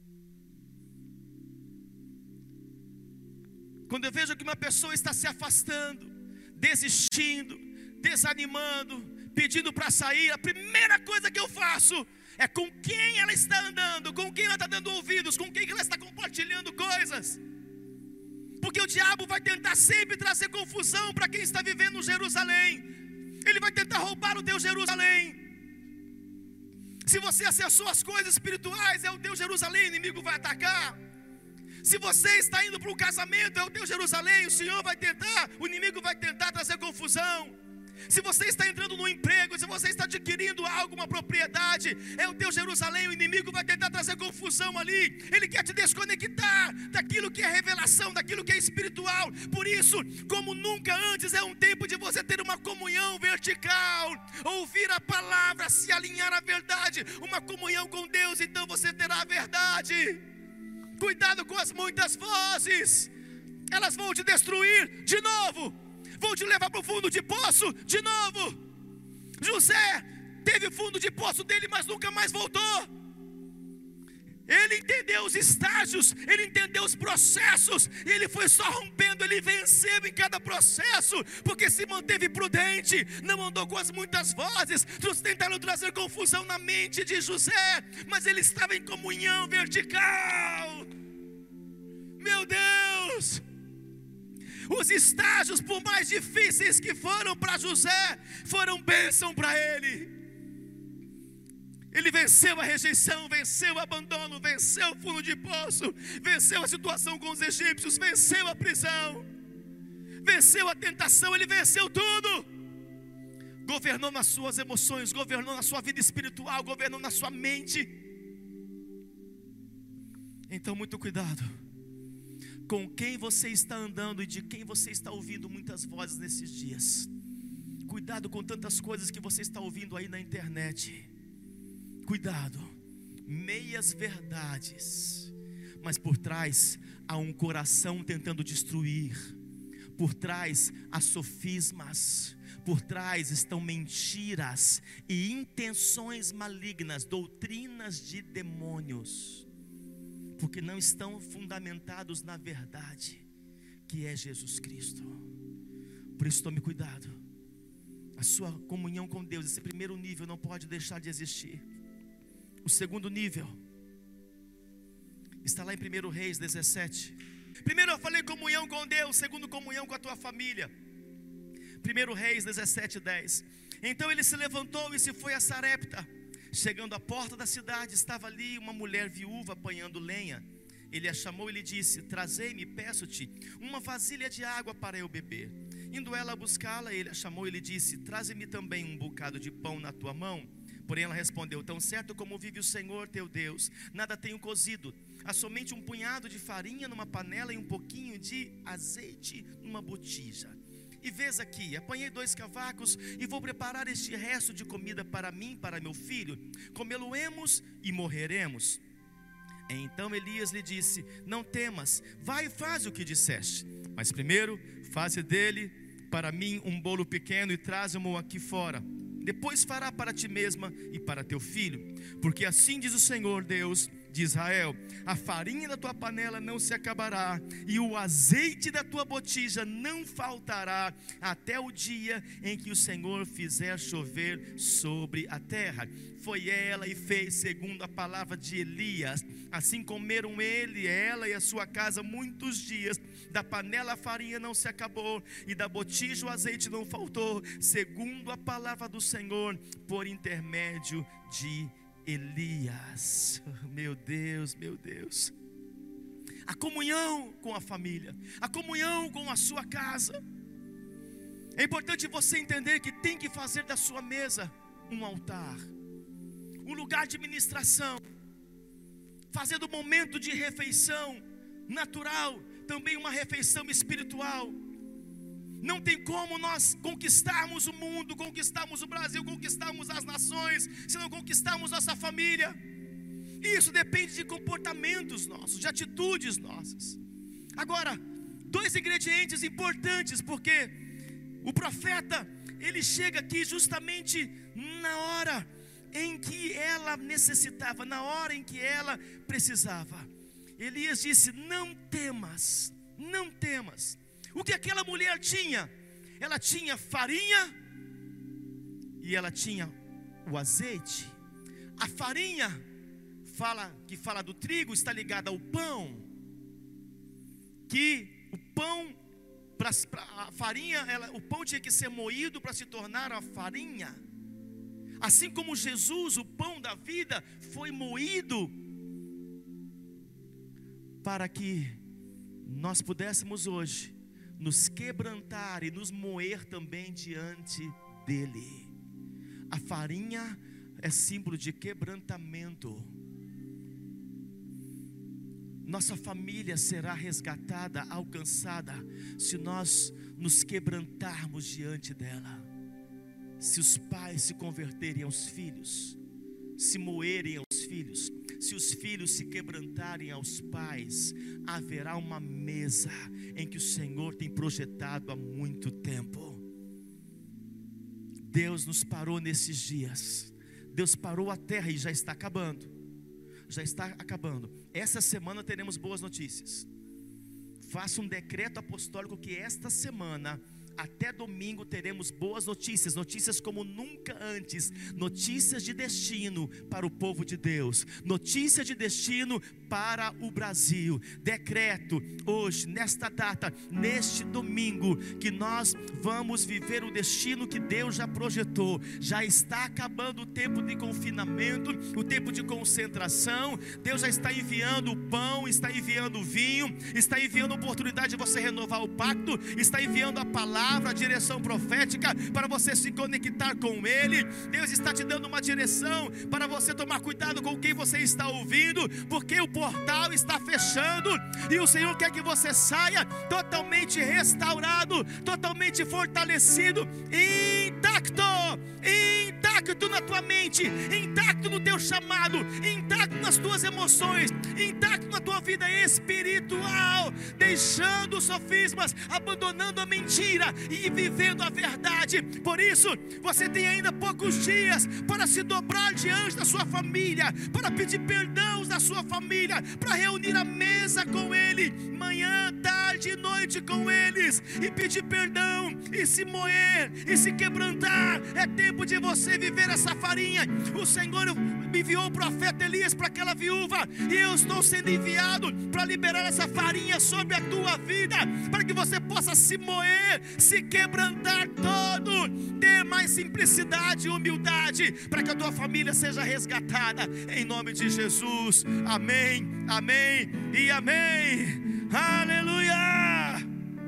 Quando eu vejo que uma pessoa está se afastando, desistindo, desanimando, pedindo para sair, a primeira coisa que eu faço é com quem ela está andando, com quem ela está dando ouvidos, com quem ela está compartilhando coisas. Porque o diabo vai tentar sempre trazer confusão para quem está vivendo no Jerusalém. Ele vai tentar roubar o teu Jerusalém. Se você acessou as coisas espirituais, é o teu Jerusalém, o inimigo vai atacar. Se você está indo para um casamento, é o teu Jerusalém, o Senhor vai tentar, o inimigo vai tentar trazer confusão. Se você está entrando no emprego, se você está adquirindo algo, uma propriedade, é o teu Jerusalém. O inimigo vai tentar trazer confusão ali. Ele quer te desconectar daquilo que é revelação, daquilo que é espiritual. Por isso, como nunca antes, é um tempo de você ter uma comunhão vertical, ouvir a palavra, se alinhar à verdade, uma comunhão com Deus. Então você terá a verdade. Cuidado com as muitas vozes, elas vão te destruir de novo, vão te levar para o fundo de poço de novo. José teve fundo de poço dele, mas nunca mais voltou. Ele entendeu os estágios, ele entendeu os processos, e ele foi só rompendo, ele venceu em cada processo, porque se manteve prudente, não andou com as muitas vozes. Tentaram trazer confusão na mente de José, mas ele estava em comunhão vertical. Meu Deus! Os estágios, por mais difíceis que foram para José, foram bênção para ele. Ele venceu a rejeição, venceu o abandono, venceu o fundo de poço, venceu a situação com os egípcios, venceu a prisão, venceu a tentação, ele venceu tudo. Governou nas suas emoções, governou na sua vida espiritual, governou na sua mente. Então, muito cuidado com quem você está andando e de quem você está ouvindo muitas vozes nesses dias. Cuidado com tantas coisas que você está ouvindo aí na internet. Cuidado, meias verdades, mas por trás há um coração tentando destruir. Por trás há sofismas, por trás estão mentiras e intenções malignas, doutrinas de demônios, porque não estão fundamentados na verdade, que é Jesus Cristo. Por isso tome cuidado. A sua comunhão com Deus, esse primeiro nível não pode deixar de existir. O segundo nível está lá em 1 Reis 17. Primeiro eu falei comunhão com Deus, segundo comunhão com a tua família. 1 Reis 17, 10. Então ele se levantou e se foi a Sarepta. Chegando à porta da cidade, estava ali uma mulher viúva apanhando lenha. Ele a chamou e lhe disse: trazei-me, peço-te, uma vasilha de água para eu beber. Indo ela a buscá-la, ele a chamou e lhe disse: traze-me também um bocado de pão na tua mão. Porém ela respondeu: tão certo como vive o Senhor teu Deus, nada tenho cozido, há somente um punhado de farinha numa panela e um pouquinho de azeite numa botija. E vês aqui, apanhei 2 cavacos e vou preparar este resto de comida para mim, para meu filho. Comê-lo-emos e morreremos. Então Elias lhe disse: não temas, vai e faz o que disseste, mas primeiro faze dele para mim um bolo pequeno e traze-mo aqui fora. Depois fará para ti mesma e para teu filho, porque assim diz o Senhor Deus de Israel: a farinha da tua panela não se acabará, e o azeite da tua botija não faltará, até o dia em que o Senhor fizer chover sobre a terra. Foi ela e fez segundo a palavra de Elias. Assim comeram ela e a sua casa muitos dias. Da panela a farinha não se acabou, e da botija o azeite não faltou, segundo a palavra do Senhor, por intermédio de Elias. Meu Deus, meu Deus. A comunhão com a família, a comunhão com a sua casa. É importante você entender que tem que fazer da sua mesa um altar, um lugar de ministração, fazer do momento de refeição natural também uma refeição espiritual. Não tem como nós conquistarmos o mundo, conquistarmos o Brasil, conquistarmos as nações, se não conquistarmos nossa família. Isso depende de comportamentos nossos, de atitudes nossas. Agora, 2 ingredientes importantes, porque o profeta, ele chega aqui justamente na hora em que ela necessitava, na hora em que ela precisava. Elias disse: não temas, não temas. O que aquela mulher tinha? Ela tinha farinha e ela tinha o azeite. A farinha que fala do trigo, está ligada ao pão. Que o pão, a farinha, o pão tinha que ser moído para se tornar a farinha. Assim como Jesus, o pão da vida, foi moído para que nós pudéssemos hoje nos quebrantar e nos moer também diante dele. A farinha é símbolo de quebrantamento. Nossa família será resgatada, alcançada, se nós nos quebrantarmos diante dela. Se os pais se converterem aos filhos, se moerem aos filhos, se os filhos se quebrantarem aos pais, haverá uma mesa em que o Senhor tem projetado há muito tempo. Deus nos parou nesses dias. Deus parou a terra e já está acabando. Já está acabando. Essa semana teremos boas notícias. Faça um decreto apostólico que esta semana, até domingo, teremos boas notícias. Notícias como nunca antes. Notícias de destino para o povo de Deus. Notícia de destino para o Brasil. Decreto hoje, nesta data, neste domingo, que nós vamos viver o destino que Deus já projetou. Já está acabando o tempo de confinamento, o tempo de concentração. Deus já está enviando o pão, está enviando o vinho, está enviando a oportunidade de você renovar o pacto, está enviando a palavra, a direção profética para você se conectar com Ele. Deus está te dando uma direção para você tomar cuidado com quem você está ouvindo, porque o portal está fechando e o Senhor quer que você saia totalmente restaurado, totalmente fortalecido, intacto na tua mente, intacto no teu chamado, intacto nas tuas emoções, intacto na tua vida espiritual, deixando os sofismas, abandonando a mentira e vivendo a verdade. Por isso, você tem ainda poucos dias para se dobrar diante da sua família, para pedir perdão da sua família, para reunir a mesa com Ele, manhã, tarde e noite com eles, e pedir perdão, e se moer, e se quebrantar. É tempo de você viver essa farinha. O Senhor me enviou o profeta Elias para aquela viúva, e eu estou sendo enviado para liberar essa farinha sobre a tua vida, para que você possa se moer, se quebrantar todo, ter mais simplicidade e humildade, para que a tua família seja resgatada, em nome de Jesus. Amém, amém e amém. Aleluia.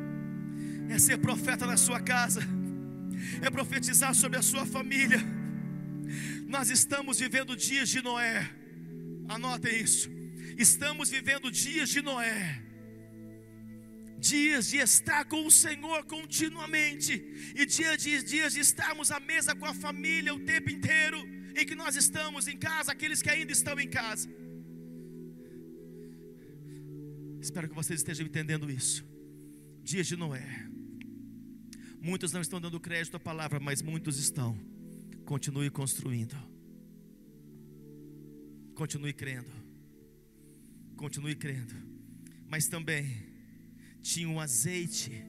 É ser profeta na sua casa, é profetizar sobre a sua família. Nós estamos vivendo dias de Noé. Anotem isso. Estamos vivendo dias de Noé, dias de estar com o Senhor continuamente, e dias de estarmos à mesa com a família o tempo inteiro, em que nós estamos em casa, aqueles que ainda estão em casa. Espero que vocês estejam entendendo isso. Dias de Noé. Muitos não estão dando crédito à palavra, mas muitos estão. Continue construindo. Continue crendo. Continue crendo. Mas também tinha um azeite.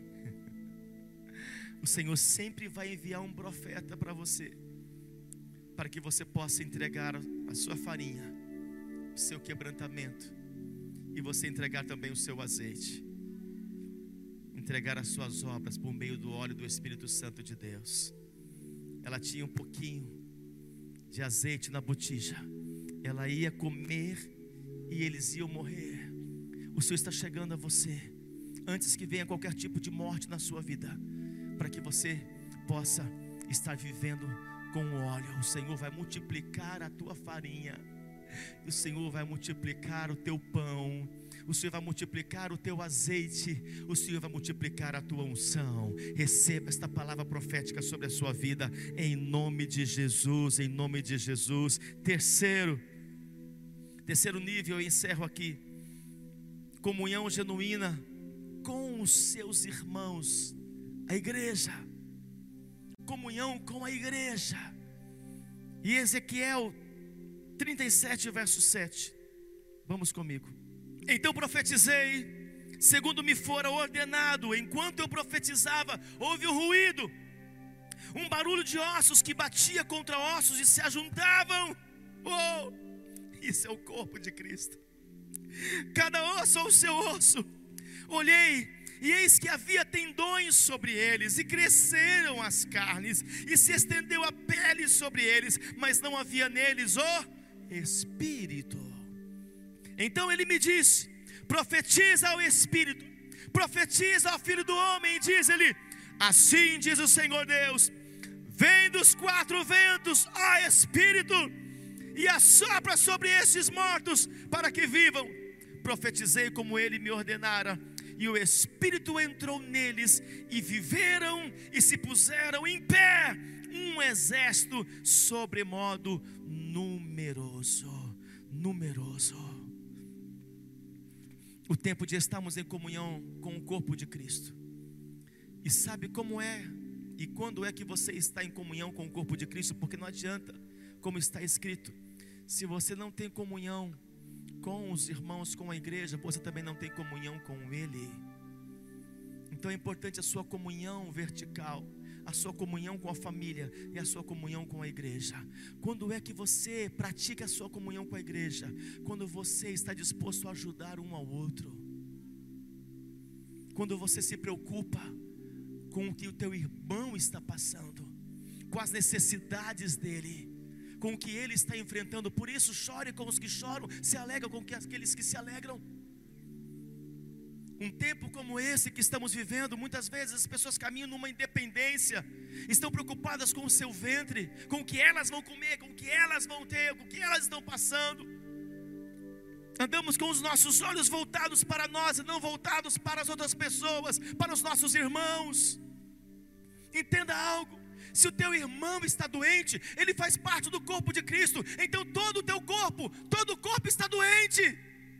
O Senhor sempre vai enviar um profeta para você, para que você possa entregar a sua farinha, o seu quebrantamento, e você entregar também o seu azeite, entregar as suas obras por meio do óleo do Espírito Santo de Deus. Ela tinha um pouquinho de azeite na botija. Ela ia comer e eles iam morrer. O Senhor está chegando a você, antes que venha qualquer tipo de morte na sua vida, para que você possa estar vivendo com o óleo. O Senhor vai multiplicar a tua farinha, o Senhor vai multiplicar o teu pão, o Senhor vai multiplicar o teu azeite, o Senhor vai multiplicar a tua unção. Receba esta palavra profética sobre a sua vida, em nome de Jesus, em nome de Jesus. Terceiro nível, eu encerro aqui: comunhão genuína com os seus irmãos, a igreja. Comunhão com a igreja. E Ezequiel 37, verso 7. Vamos comigo. Então profetizei, segundo me fora ordenado. Enquanto eu profetizava, houve um ruído, um barulho de ossos que batia contra ossos e se ajuntavam. Oh, isso é o corpo de Cristo. Cada osso ao seu osso. Olhei, e eis que havia tendões sobre eles, e cresceram as carnes, e se estendeu a pele sobre eles, mas não havia neles o Espírito. Então ele me disse: profetiza ao Espírito, profetiza ao Filho do Homem, e diz-lhe: assim diz o Senhor Deus: vem dos quatro ventos, ó Espírito, e assopra sobre estes mortos, para que vivam. Profetizei como ele me ordenara, e o Espírito entrou neles, e viveram, e se puseram em pé, um exército sobremodo numeroso. O tempo de estarmos em comunhão com o corpo de Cristo. E sabe como é e quando é que você está em comunhão com o corpo de Cristo? Porque não adianta, como está escrito, se você não tem comunhão com os irmãos, com a igreja, você também não tem comunhão com Ele. Então é importante a sua comunhão vertical, a sua comunhão com a família e a sua comunhão com a igreja. Quando é que você pratica a sua comunhão com a igreja? Quando você está disposto a ajudar um ao outro. Quando você se preocupa com o que o teu irmão está passando, com as necessidades dele, com o que ele está enfrentando. Por isso chore com os que choram, se alegra com aqueles que se alegram. Um tempo como esse que estamos vivendo, muitas vezes as pessoas caminham numa independência, estão preocupadas com o seu ventre, com o que elas vão comer, com o que elas vão ter, com o que elas estão passando. Andamos com os nossos olhos voltados para nós e não voltados para as outras pessoas, para os nossos irmãos. Entenda algo: se o teu irmão está doente, ele faz parte do corpo de Cristo. Então todo o teu corpo, todo o corpo está doente.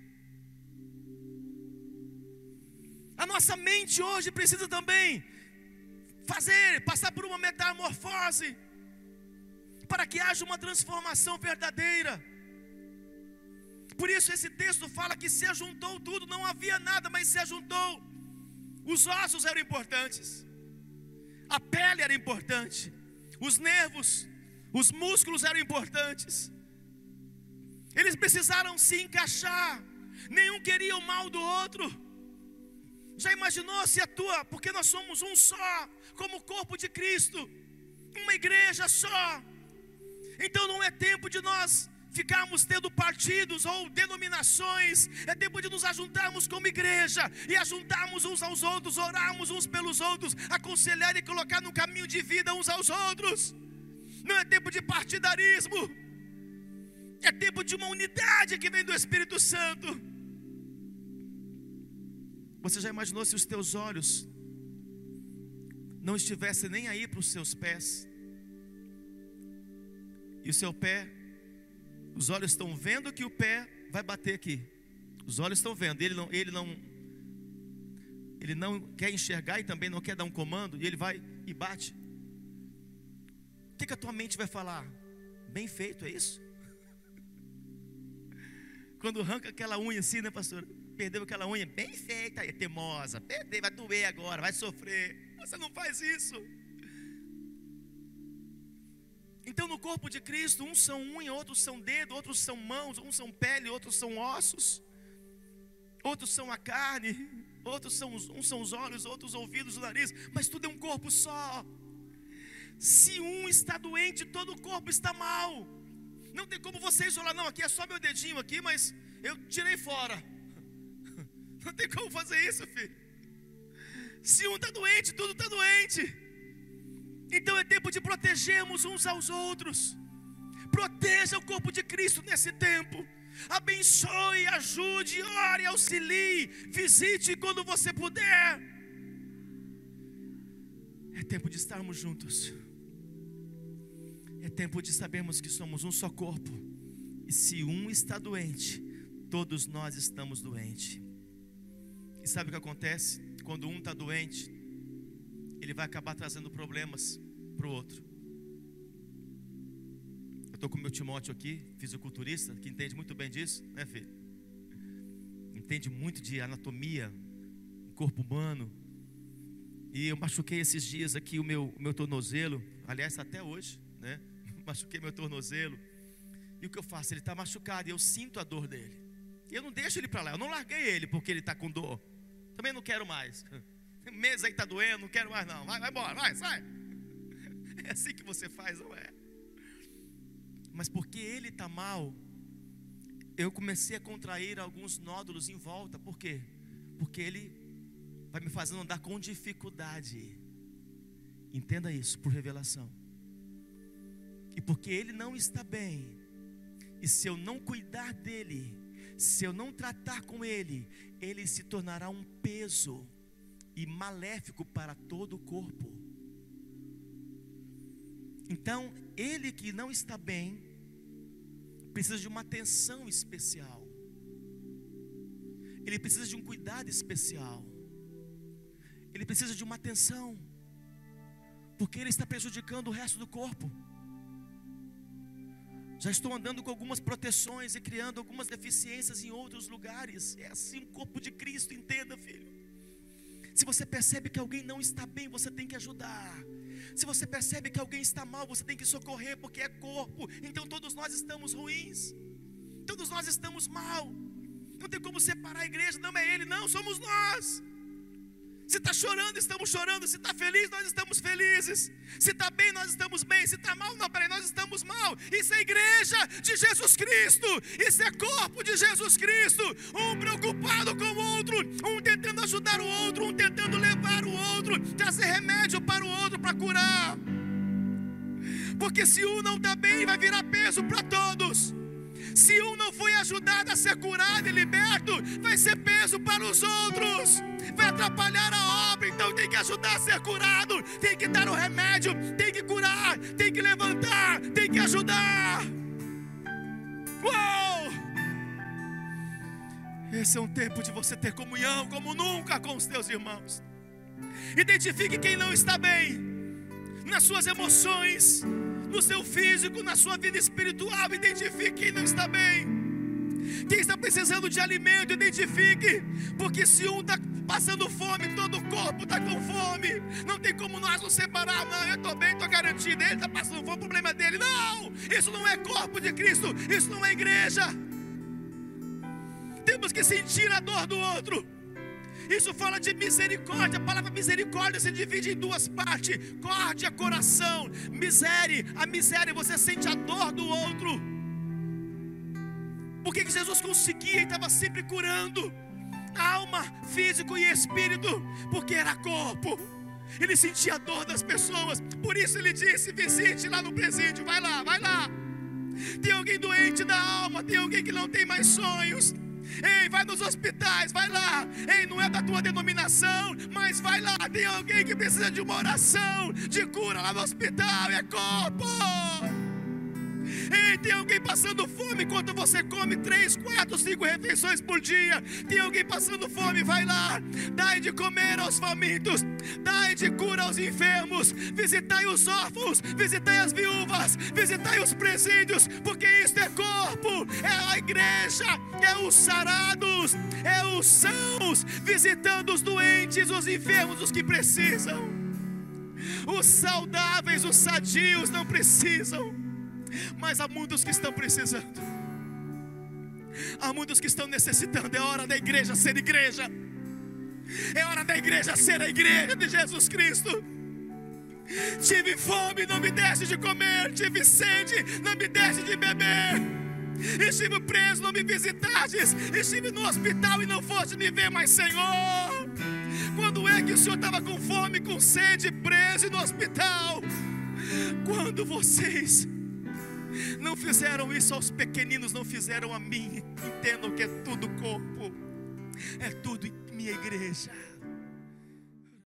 A nossa mente hoje precisa também passar por uma metamorfose, para que haja uma transformação verdadeira. Por isso esse texto fala que se ajuntou tudo, não havia nada, mas se ajuntou. Os ossos eram importantes, a pele era importante, os nervos, os músculos eram importantes. Eles precisaram se encaixar, nenhum queria o mal do outro. Já imaginou se porque nós somos um só, como corpo de Cristo, uma igreja só. Então não é tempo de nós ficarmos tendo partidos ou denominações. É tempo de nos ajuntarmos como igreja e ajuntarmos uns aos outros, orarmos uns pelos outros, aconselhar e colocar no caminho de vida uns aos outros. Não é tempo de partidarismo, é tempo de uma unidade que vem do Espírito Santo. Você já imaginou se os teus olhos não estivessem nem aí para os seus pés? E o seu pé, os olhos estão vendo que o pé vai bater aqui. Os olhos estão vendo, ele não quer enxergar e também não quer dar um comando, e ele vai e bate. O que a tua mente vai falar? Bem feito, é isso? Quando arranca aquela unha assim, né, pastor? Perdeu aquela unha, bem feita, é teimosa, perdeu, vai doer agora, vai sofrer. Você não faz isso. Então no corpo de Cristo, uns são unha, outros são dedo, outros são mãos, uns são pele, outros são ossos, outros são a carne, uns são os olhos, outros os ouvidos, o nariz, mas tudo é um corpo só. Se um está doente, todo o corpo está mal. Não tem como você isolar, não, aqui é só meu dedinho aqui, mas eu tirei fora. Não tem como fazer isso, filho. Se um está doente, tudo está doente. Então é tempo de protegermos uns aos outros. Proteja o corpo de Cristo nesse tempo. Abençoe, ajude, ore, auxilie, visite quando você puder. É tempo de estarmos juntos. É tempo de sabermos que somos um só corpo. E se um está doente, todos nós estamos doentes. E sabe o que acontece? Quando um está doente, ele vai acabar trazendo problemas para o outro. Eu estou com o meu Timóteo aqui, fisiculturista, que entende muito bem disso, né, filho? Entende muito de anatomia, corpo humano. E eu machuquei esses dias aqui o meu tornozelo. Aliás, até hoje, né? Machuquei meu tornozelo. E o que eu faço? Ele está machucado e eu sinto a dor dele. E eu não deixo ele para lá, eu não larguei ele porque ele está com dor. Também não quero mais. Mês aí está doendo, não quero mais não. Vai embora, vai, sai. É assim que você faz, não é? Mas porque ele está mal, eu comecei a contrair alguns nódulos em volta. Por quê? Porque ele vai me fazendo andar com dificuldade. Entenda isso por revelação. E porque ele não está bem, e se eu não cuidar dele, se eu não tratar com ele, ele se tornará um peso e maléfico para todo o corpo. Então, ele que não está bem, precisa de uma atenção especial. Ele precisa de um cuidado especial. Ele precisa de uma atenção, porque ele está prejudicando o resto do corpo. Já estou andando com algumas proteções e criando algumas deficiências em outros lugares. É assim o corpo de Cristo, entenda, filho. Se você percebe que alguém não está bem, você tem que ajudar. Se você percebe que alguém está mal, você tem que socorrer, porque é corpo. Então todos nós estamos ruins, todos nós estamos mal. Não tem como separar a igreja, não é ele, não, somos nós. Se está chorando, estamos chorando. Se está feliz, nós estamos felizes. Se está bem, nós estamos bem. Se está mal, não, peraí, nós estamos mal. Isso é igreja de Jesus Cristo. Isso é corpo de Jesus Cristo. Um preocupado com o outro, um tentando ajudar o outro, um tentando levar o outro, trazer remédio para o outro para curar. Porque se um não está bem, vai virar peso para todos. Se um não foi ajudado a ser curado e liberto, vai ser peso para os outros, vai atrapalhar a obra. Então tem que ajudar a ser curado, tem que dar o remédio, tem que curar, tem que levantar, tem que ajudar. Uou! Esse é um tempo de você ter comunhão como nunca com os teus irmãos. Identifique quem não está bem nas suas emoções, no seu físico, na sua vida espiritual. Identifique quem não está bem. Quem está precisando de alimento, identifique. Porque se um está passando fome, todo o corpo está com fome. Não tem como nós nos separar. Não, eu estou bem, estou garantido. Ele está passando fome, o problema é dele. Não, isso não é corpo de Cristo. Isso não é igreja. Temos que sentir a dor do outro. Isso fala de misericórdia. A palavra misericórdia se divide em duas partes: córdia, coração. A miséria, você sente a dor do outro. Por que Jesus conseguia e estava sempre curando alma, físico e espírito? Porque era corpo. Ele sentia a dor das pessoas. Por isso ele disse: visite lá no presídio, vai lá, vai lá. Tem alguém doente da alma, tem alguém que não tem mais sonhos. Ei, vai nos hospitais, vai lá. Ei, não é da tua denominação, mas vai lá. Tem alguém que precisa de uma oração de cura lá no hospital. É corpo. Ei, tem alguém passando fome enquanto você come 3, 4, 5 refeições por dia. Tem alguém passando fome, vai lá. Dai de comer aos famintos, dai de cura aos enfermos. Visitai os órfãos, visitai as viúvas, visitai os presídios. Porque isto é corpo, é a igreja, é os sarados, é os sãos, visitando os doentes, os enfermos, os que precisam. Os saudáveis, os sadios não precisam, mas há muitos que estão precisando. Há muitos que estão necessitando. É hora da igreja ser igreja. É hora da igreja ser a igreja de Jesus Cristo. Tive fome, não me deste de comer. Tive sede, não me deste de beber. Estive preso, não me visitastes. Estive no hospital e não foste me ver. Mas Senhor, quando é que o Senhor estava com fome, com sede, preso e no hospital? Quando vocês não fizeram isso aos pequeninos, não fizeram a mim. Entendam que é tudo corpo, é tudo minha igreja.